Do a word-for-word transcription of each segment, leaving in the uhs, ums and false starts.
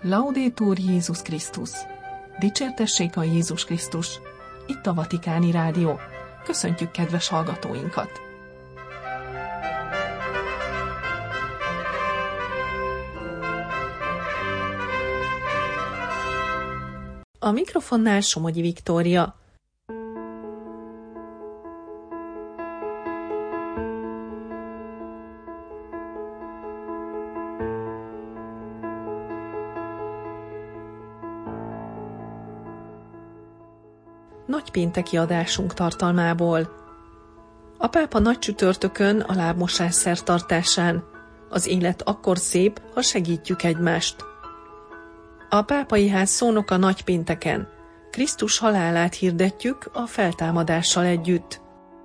Laudetur Jézus Krisztus! Dicsértessék a Jézus Krisztus! Itt a Vatikáni Rádió. Köszöntjük kedves hallgatóinkat! A mikrofonnál Somogyi Viktória. Nagypénteki adásunk tartalmából. A pápa nagy csütörtökön a lábmosás szertartásán. Az élet akkor szép, ha segítjük egymást. A pápai ház szónoka nagypénteken. Krisztus halálát hirdetjük a feltámadással együtt.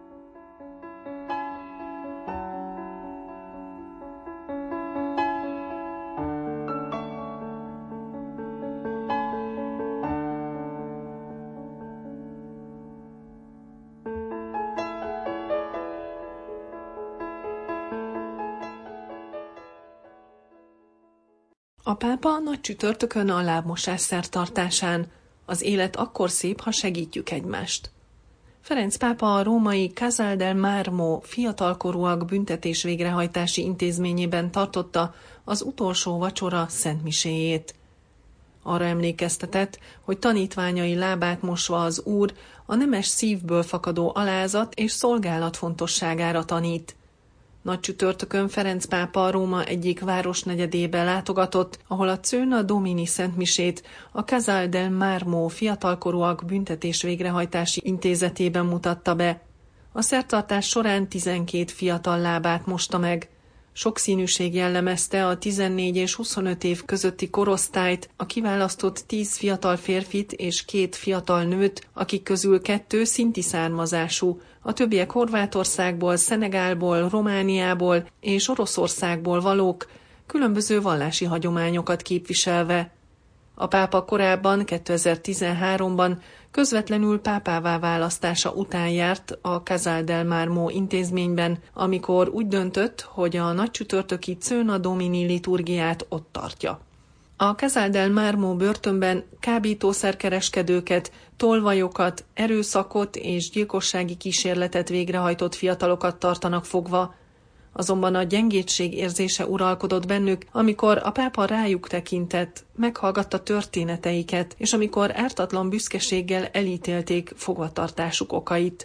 A pápa nagy csütörtökön a lábmosás szertartásán. Az élet akkor szép, ha segítjük egymást. Ferenc pápa a római Casal del Marmo fiatalkorúak büntetés végrehajtási intézményében tartotta az utolsó vacsora szentmiséjét. Arra emlékeztetett, hogy tanítványai lábát mosva az Úr a nemes szívből fakadó alázat és szolgálat fontosságára tanít. Nagy csütörtökön Ferenc pápa Róma egyik városnegyedébe látogatott, ahol a Cöna Domini szentmisét a Casal del Marmo fiatalkorúak büntetés végrehajtási intézetében mutatta be. A szertartás során tizenkét fiatal lábát mosta meg. Sokszínűség jellemezte a tizennégy és huszonöt év közötti korosztályt, a kiválasztott tíz fiatal férfit és két fiatal nőt, akik közül kettő szinti származású, a többiek Horvátországból, Szenegálból, Romániából és Oroszországból valók, különböző vallási hagyományokat képviselve. A pápa korábban, kétezer-tizenháromban közvetlenül pápává választása után járt a Casal del Marmo intézményben, amikor úgy döntött, hogy a nagycsütörtöki Cöna Domini liturgiát ott tartja. A Casal del Marmo börtönben kábítószerkereskedőket, tolvajokat, erőszakot és gyilkossági kísérletet végrehajtott fiatalokat tartanak fogva. Azonban a gyengétség érzése uralkodott bennük, amikor a pápa rájuk tekintett, meghallgatta történeteiket, és amikor ártatlan büszkeséggel elítélték fogvatartásuk okait.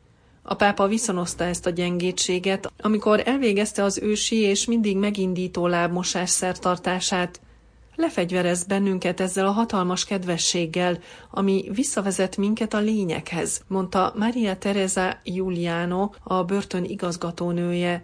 A pápa viszonozta ezt a gyengétséget, amikor elvégezte az ősi és mindig megindító lábmosás szertartását. Lefegyverez bennünket ezzel a hatalmas kedvességgel, ami visszavezet minket a lényeghez, mondta Maria Teresa Giuliano, a börtön igazgatónője.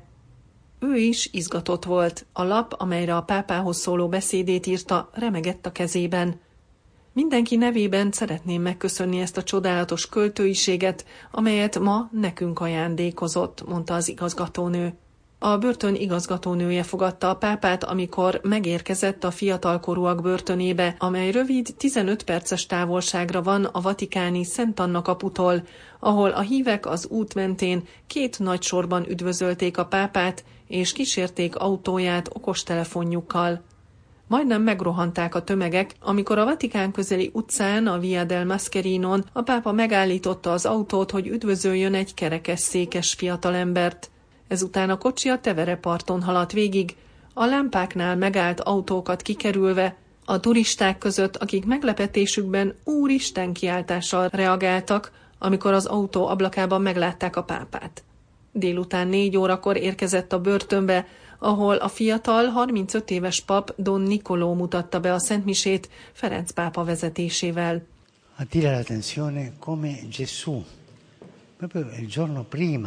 Ő is izgatott volt, a lap, amelyre a pápához szóló beszédét írta, remegett a kezében. Mindenki nevében szeretném megköszönni ezt a csodálatos költőiséget, amelyet ma nekünk ajándékozott, mondta az igazgatónő. A börtön igazgatónője fogadta a pápát, amikor megérkezett a fiatalkorúak börtönébe, amely rövid, tizenöt perces távolságra van a vatikáni Szent Anna kaputól, ahol a hívek az út mentén két nagy sorban üdvözölték a pápát, és kísérték autóját okostelefonjukkal. Majdnem megrohanták a tömegek, amikor a Vatikán közeli utcán, a Via del Mascherinon a pápa megállította az autót, hogy üdvözöljön egy kerekesszékes fiatalembert. Ezután a kocsi a Tevere parton haladt végig, a lámpáknál megállt autókat kikerülve, a turisták között, akik meglepetésükben Úristen kiáltással reagáltak, amikor az autó ablakában meglátták a pápát. Délután négy órakor érkezett a börtönbe, ahol a fiatal, harmincöt éves pap Don Nicolò mutatta be a szentmisét Ferenc pápa vezetésével. Attira l'attenzione come Gesù, proprio il giorno prima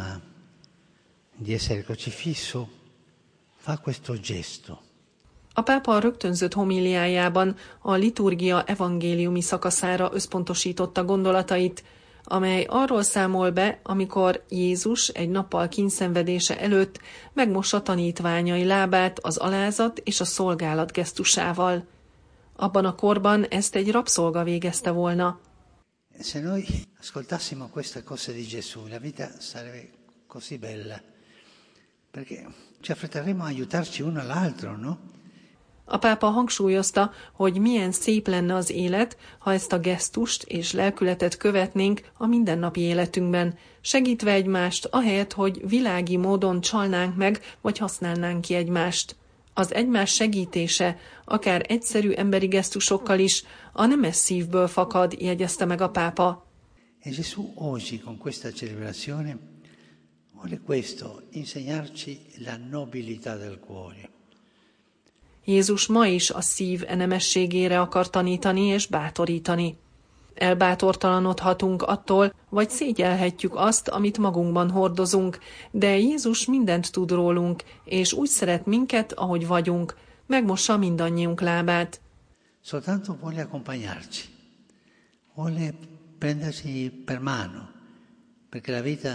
di essere crocifisso, fa questo gesto. A pápa a rögtönzött homíliájában a liturgia evangéliumi szakaszára összpontosította gondolatait, amely arról számol be, amikor Jézus egy nappal kíndszenvedése előtt megmossa tanítványai lábát az alázat és a szolgálat gesztusával. Abban a korban ezt egy rabszolga végezte volna. Se noi ascoltassimo queste cose di Gesù, la vita sarebbe così bella, perché ci affretteremo a aiutarci uno all'altro, no? A pápa hangsúlyozta, hogy milyen szép lenne az élet, ha ezt a gesztust és lelkületet követnénk a mindennapi életünkben, segítve egymást, ahelyett, hogy világi módon csalnánk meg, vagy használnánk ki egymást. Az egymás segítése, akár egyszerű emberi gesztusokkal is, a nemes szívből fakad, jegyezte meg a pápa. E Gesù oggi con questa celebrazione vuole questo, insegnarci la nobilità del cuore. Jézus ma is a szív enemességére akar tanítani és bátorítani. Elbátortalanodhatunk attól, vagy szégyelhetjük azt, amit magunkban hordozunk, de Jézus mindent tud rólunk, és úgy szeret minket, ahogy vagyunk, megmossa mindannyiunk lábát. Soltanto vuole accompagnarci, vuole prenderci per mano, perché la vita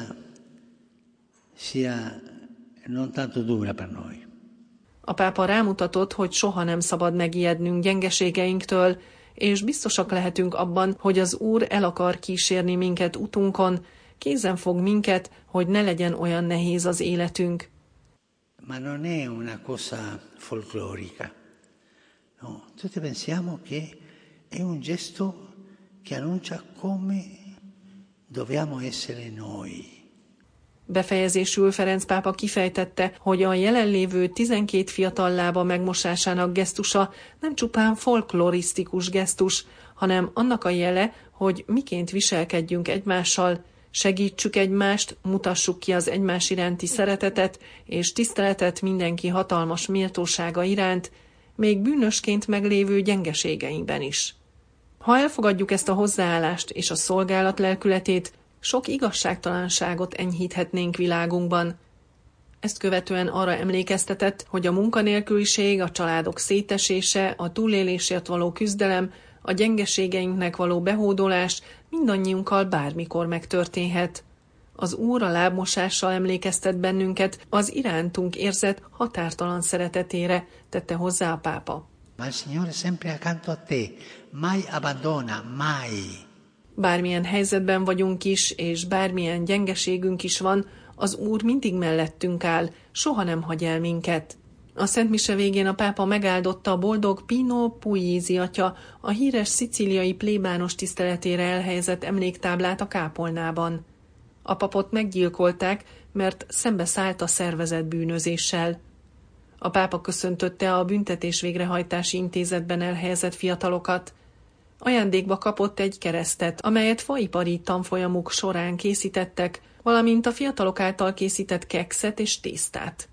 sia non tanto dura per noi. A pápa rámutatott, hogy soha nem szabad megijednünk gyengeségeinktől, és biztosak lehetünk abban, hogy az Úr el akar kísérni minket utunkon, kézen fog minket, hogy ne legyen olyan nehéz az életünk. Ma non è una cosa folclorica. No, tutti pensiamo che è un gesto che annuncia come dobbiamo essere noi. Befejezésül Ferenc pápa kifejtette, hogy a jelenlévő tizenkét fiatal lába megmosásának gesztusa nem csupán folklorisztikus gesztus, hanem annak a jele, hogy miként viselkedjünk egymással, segítsük egymást, mutassuk ki az egymás iránti szeretetet és tiszteletet mindenki hatalmas méltósága iránt, még bűnösként meglévő gyengeségeinkben is. Ha elfogadjuk ezt a hozzáállást és a szolgálat lelkületét, sok igazságtalanságot enyhíthetnénk világunkban. Ezt követően arra emlékeztetett, hogy a munkanélküliség, a családok szétesése, a túlélésért való küzdelem, a gyengeségeinknek való behódolás mindannyiunkkal bármikor megtörténhet. Az Úr a lábmosással emlékeztet bennünket az irántunk érzett határtalan szeretetére, tette hozzá a pápa. Ma il Signore sempre accanto a te, mai abbandona, mai. Bármilyen helyzetben vagyunk is, és bármilyen gyengeségünk is van, az Úr mindig mellettünk áll, soha nem hagy el minket. A Szent Mise végén a pápa megáldotta a boldog Pino Puglisi atya a híres szicíliai plébános tiszteletére elhelyezett emléktáblát a kápolnában. A papot meggyilkolták, mert szembeszállt a szervezett bűnözéssel. A pápa köszöntötte a büntetés végrehajtási intézetben elhelyezett fiatalokat. Ajándékba kapott egy keresztet, amelyet faipari tanfolyamuk során készítettek, valamint a fiatalok által készített kekszet és tésztát.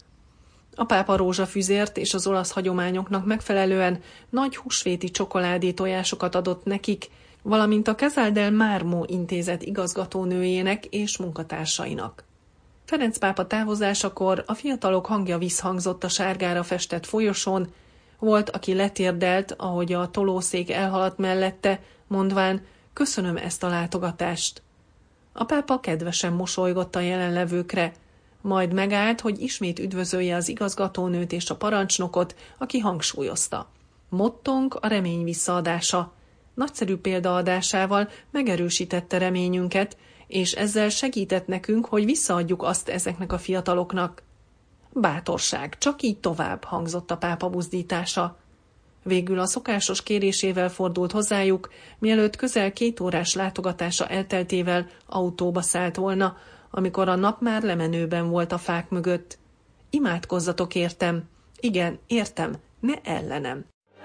A pápa rózsafüzért és az olasz hagyományoknak megfelelően nagy húsvéti csokoládé tojásokat adott nekik, valamint a Casal del Marmo intézet igazgatónőjének és munkatársainak. Ferenc pápa távozásakor a fiatalok hangja visszhangzott a sárgára festett folyosón, volt, aki letérdelt, ahogy a tolószék elhaladt mellette, mondván, köszönöm ezt a látogatást. A pápa kedvesen mosolygott a jelenlevőkre, majd megállt, hogy ismét üdvözölje az igazgatónőt és a parancsnokot, aki hangsúlyozta. Mottónk a remény visszaadása. Nagyszerű példaadásával megerősítette reményünket, és ezzel segített nekünk, hogy visszaadjuk azt ezeknek a fiataloknak. Bátorság, csak így tovább, hangzott a pápa buzdítása. Végül a szokásos kérésével fordult hozzájuk, mielőtt közel két órás látogatása elteltével autóba szállt volna, amikor a nap már lemenőben volt a fák mögött. Imádkozzatok értem. Igen, értem, ne ellenem.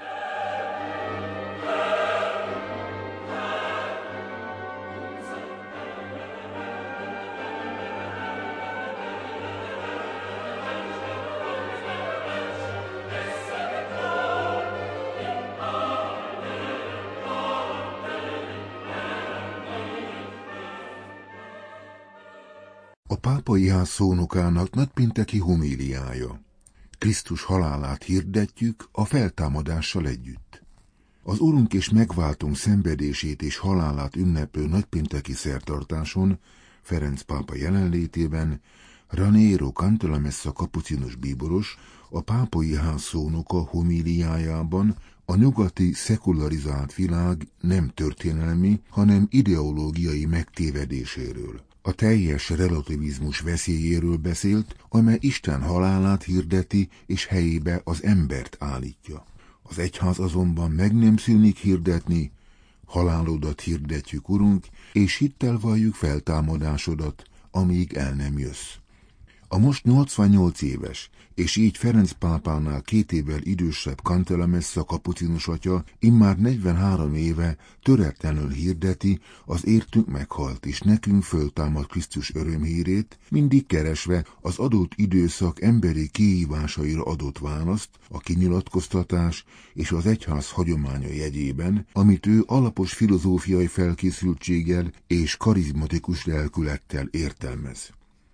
A pápai ház szónokának nagypénteki homíliája. Krisztus halálát hirdetjük a feltámadással együtt. Az Urunk és megváltunk szenvedését és halálát ünneplő nagypénteki szertartáson Ferenc pápa jelenlétében Raniero Cantalamessa kapucinus bíboros, a pápai ház szónoka homíliájában a nyugati szekularizált világ nem történelmi, hanem ideológiai megtévedéséről, a teljes relativizmus veszélyéről beszélt, amely Isten halálát hirdeti és helyébe az embert állítja. Az egyház azonban meg nem szűnik hirdetni, halálodat hirdetjük, Urunk, és hittel valljuk feltámadásodat, amíg el nem jössz. A most nyolcvannyolc éves, és így Ferenc pápánál két évvel idősebb Cantalamessa kapucinus atya immár negyvenhárom éve töretlenül hirdeti az értünk meghalt és nekünk föltámad Krisztus örömhírét, mindig keresve az adott időszak emberi kihívásaira adott választ, a kinyilatkoztatás és az egyház hagyománya jegyében, amit ő alapos filozófiai felkészültséggel és karizmatikus lelkülettel értelmez.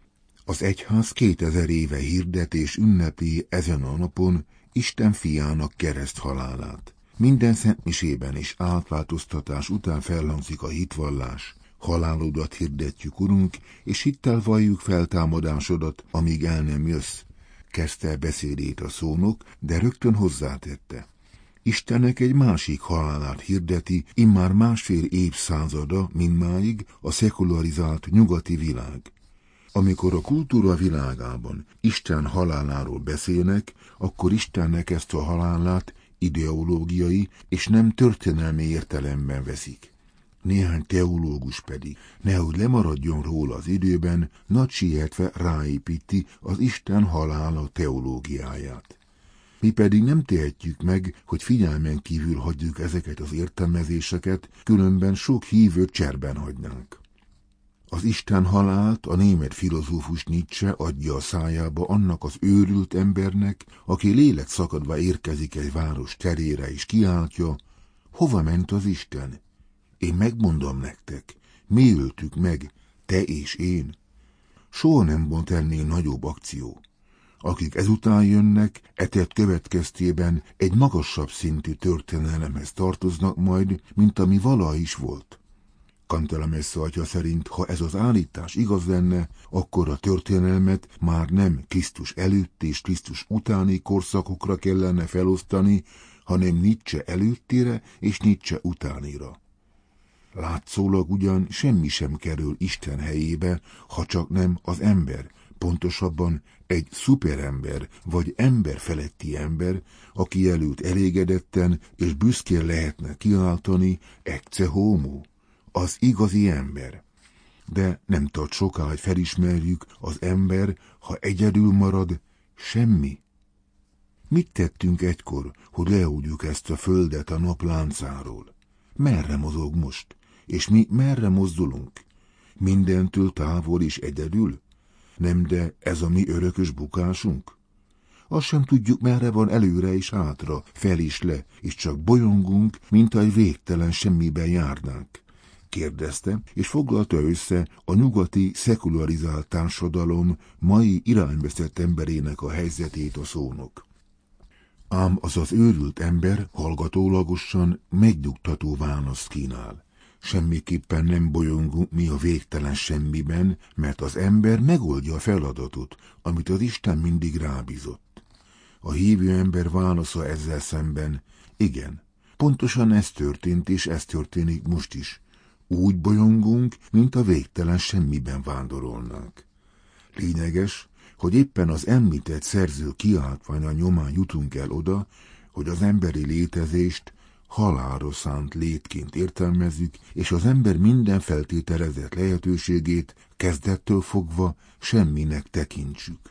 Az egyház kétezer éve hirdet és ünnepli ezen a napon Isten fiának kereszt halálát. Minden szentmisében és átváltoztatás után felhangzik a hitvallás. Halálodat hirdetjük, Urunk, és hittel valljuk feltámadásodat, amíg el nem jössz. Kezdte beszédét a szónok, de rögtön hozzátette. Istennek egy másik halálát hirdeti immár másfél évszázada mindmáig a szekularizált nyugati világ. Amikor a kultúra világában Isten haláláról beszélnek, akkor Istennek ezt a halálát ideológiai és nem történelmi értelemben veszik. Néhány teológus pedig, nehogy lemaradjon róla az időben, nagy sietve ráépíti az Isten halála teológiáját. Mi pedig nem tehetjük meg, hogy figyelmen kívül hagyjuk ezeket az értelmezéseket, különben sok hívőt cserben hagynánk. Az Isten halált a német filozófus Nietzsche adja a szájába annak az őrült embernek, aki lélek szakadva érkezik egy város terére és kiáltja, hova ment az Isten? Én megmondom nektek, mi öltük meg, te és én. Soha nem volt ennél nagyobb akció. Akik ezután jönnek, e tett következtében egy magasabb szintű történelemhez tartoznak majd, mint ami valaha is volt. Cantalamessa atya szerint, ha ez az állítás igaz lenne, akkor a történelmet már nem Krisztus előtt és Krisztus utáni korszakokra kellene felosztani, hanem Nietzsche előttire és Nietzsche utánira. Látszólag ugyan semmi sem kerül Isten helyébe, ha csak nem az ember, pontosabban egy szuperember vagy ember feletti ember, aki előtt elégedetten és büszkén lehetne kiáltani ecce homo, az igazi ember. De nem tart soká, hogy felismerjük, az ember, ha egyedül marad, semmi. Mit tettünk egykor, hogy lehúgyjuk ezt a földet a nap láncáról? Merre mozog most? És mi merre mozdulunk? Mindentől távol és egyedül? Nem, de ez a mi örökös bukásunk? Azt sem tudjuk, merre van előre és hátra, fel és le, és csak bolyongunk, mint egy végtelen semmiben járnánk. Kérdezte, és foglalta össze a nyugati szekularizált társadalom mai irányveszett emberének a helyzetét a szónok. Ám az az őrült ember hallgatólagosan megnyugtató választ kínál. Semmiképpen nem bolyongunk mi a végtelen semmiben, mert az ember megoldja a feladatot, amit az Isten mindig rábízott. A hívő ember válasza ezzel szemben, igen, pontosan ez történt, és ez történik most is. Úgy bolyongunk, mint a végtelen semmiben vándorolnánk. Lényeges, hogy éppen az említett szerző kiáltványa nyomán jutunk el oda, hogy az emberi létezést halálra szánt létként értelmezzük, és az ember minden feltételezett lehetőségét kezdettől fogva semminek tekintsük.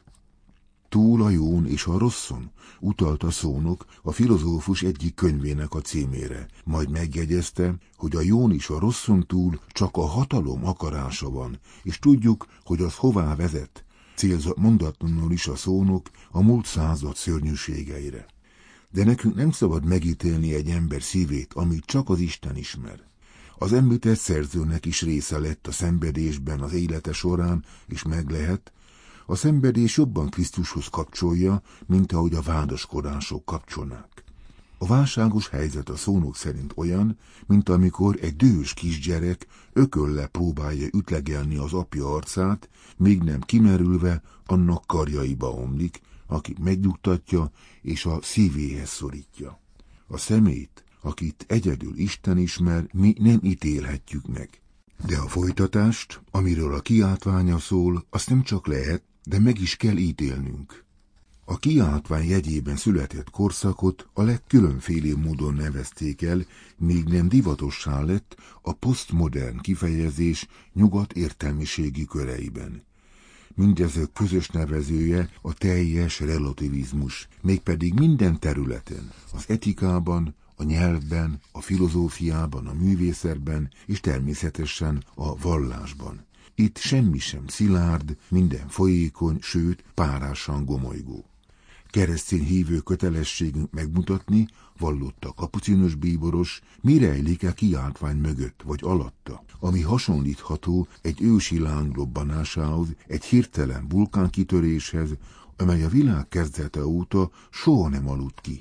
Túl a jón és a rosszon, utalt a szónok a filozófus egyik könyvének a címére, majd megjegyezte, hogy a jón és a rosszon túl csak a hatalom akarása van, és tudjuk, hogy az hová vezet, célzott mondatlanul is a szónok a múlt század szörnyűségeire. De nekünk nem szabad megítélni egy ember szívét, amit csak az Isten ismer. Az említett szerzőnek is része lett a szenvedésben az élete során, és meg lehet, a szenvedés jobban Krisztushoz kapcsolja, mint ahogy a vádaskodások kapcsolnák. A válságos helyzet a szónok szerint olyan, mint amikor egy dühös kisgyerek ökölle próbálja ütlegelni az apja arcát, még nem kimerülve annak karjaiba omlik, aki megnyugtatja és a szívéhez szorítja. A szemét, akit egyedül Isten ismer, mi nem ítélhetjük meg. De a folytatást, amiről a kiáltványa szól, azt nem csak lehet, de meg is kell ítélnünk. A kiáltvány jegyében született korszakot a legkülönfélébb módon nevezték el, míg nem divatossá lett a posztmodern kifejezés nyugat értelmiségi köreiben. Mindezek közös nevezője a teljes relativizmus, mégpedig minden területen, az etikában, a nyelvben, a filozófiában, a művészetben és természetesen a vallásban. Itt semmi sem szilárd, minden folyékony, sőt párásan gomolygó. Keresztény hívő kötelességünk megmutatni, vallotta kapucinus bíboros, mi rejlik a kiáltvány mögött vagy alatta, ami hasonlítható egy ősi láng robbanásához, egy hirtelen vulkánkitöréshez, amely a világ kezdete óta soha nem aludt ki.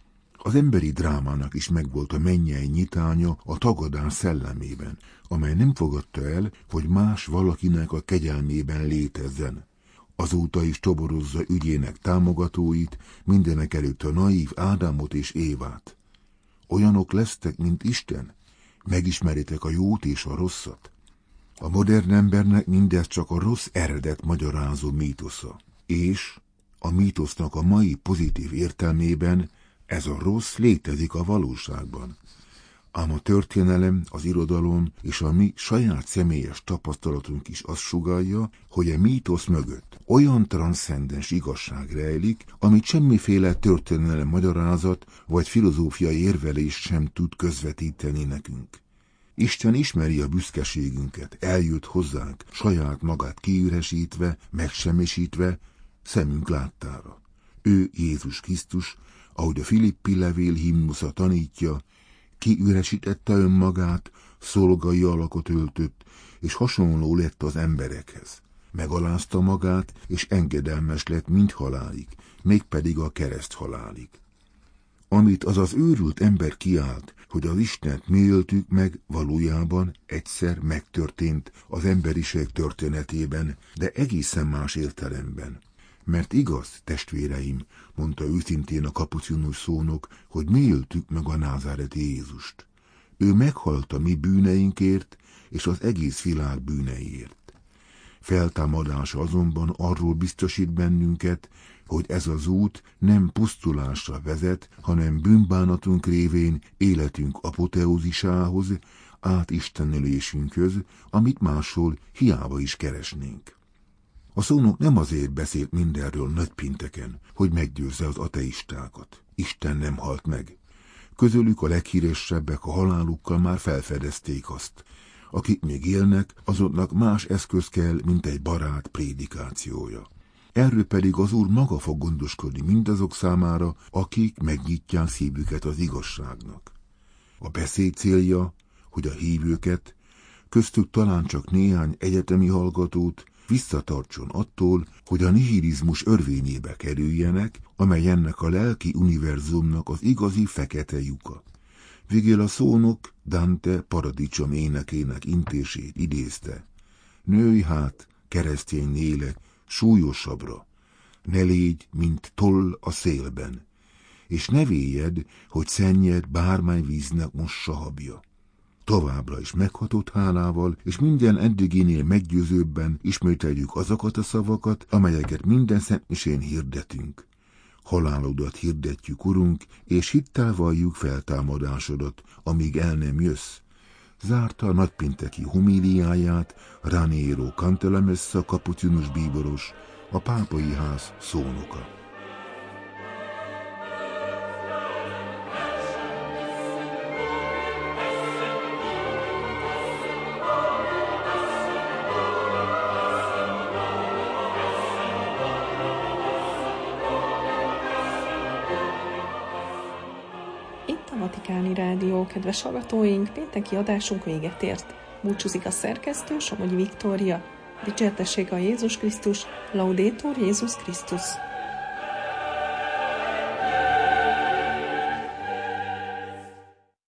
Az emberi drámának is megvolt a mennyei nyitánya a tagadás szellemében, amely nem fogadta el, hogy más valakinek a kegyelmében létezzen. Azóta is toborozza ügyének támogatóit, mindenek előtt a naív Ádámot és Évát. Olyanok lesztek, mint Isten? Megismeritek a jót és a rosszat? A modern embernek mindez csak a rossz eredet magyarázó mítosza. És a mítosznak a mai pozitív értelmében ez a rossz létezik a valóságban. Ám a történelem, az irodalom és a mi saját személyes tapasztalatunk is azt sugallja, hogy a mítosz mögött olyan transzcendens igazság rejlik, amit semmiféle történelem magyarázat vagy filozófiai érvelés sem tud közvetíteni nekünk. Isten ismeri a büszkeségünket, eljött hozzánk, saját magát kiüresítve, megsemmisítve, szemünk láttára. Ő Jézus Krisztus, ahogy a Filippi levél himnusza tanítja, kiüresítette önmagát, szolgai alakot öltött, és hasonló lett az emberekhez. Megalázta magát, és engedelmes lett mind halálig, mégpedig a kereszt halálig. Amit az az őrült ember kiált, hogy az Istent mi öltük meg, valójában egyszer megtörtént az emberiség történetében, de egészen más értelemben. Mert igaz, testvéreim, mondta őszintén a kapucinus szónok, hogy mi öltük meg a názáreti Jézust. Ő meghalt a mi bűneinkért, és az egész világ bűneiért. Feltámadása azonban arról biztosít bennünket, hogy ez az út nem pusztulásra vezet, hanem bűnbánatunk révén életünk apoteózisához, átistenülésünkhöz, amit máshol hiába is keresnénk. A szónok nem azért beszélt mindenről nagypénteken, hogy meggyőzze az ateistákat. Isten nem halt meg. Közülük a leghíresebbek a halálukkal már felfedezték azt. Akik még élnek, azoknak más eszköz kell, mint egy barát prédikációja. Erről pedig az Úr maga fog gondoskodni mindazok számára, akik megnyitják szívüket az igazságnak. A beszéd célja, hogy a hívőket, köztük talán csak néhány egyetemi hallgatót, visszatartson attól, hogy a nihilizmus örvényébe kerüljenek, amely ennek a lelki univerzumnak az igazi fekete lyuka. Végül a szónok Dante paradicsom énekének intését idézte. Nőj hát, keresztény lélek, súlyosabbra, ne légy, mint toll a szélben, és ne véljed, hogy szennyed bármely víznek mossa habja. Továbbra is meghatott hálával, és minden eddiginél meggyőzőbben ismételjük azokat a szavakat, amelyeket minden szentmisén hirdetünk. Halálodat hirdetjük, Urunk, és hittel valljuk feltámadásodat, amíg el nem jössz. Zárta a nagypénteki homíliáját Raniero Cantalamessa kapucinus bíboros, a pápai ház szónoka. Vatikáni Rádió, kedves hallgatóink, pénteki adásunk véget ért. Búcsúzik a szerkesztő, Somogyi Viktória. Dicsértessége a Jézus Krisztus, Laudetur Jézus Krisztus.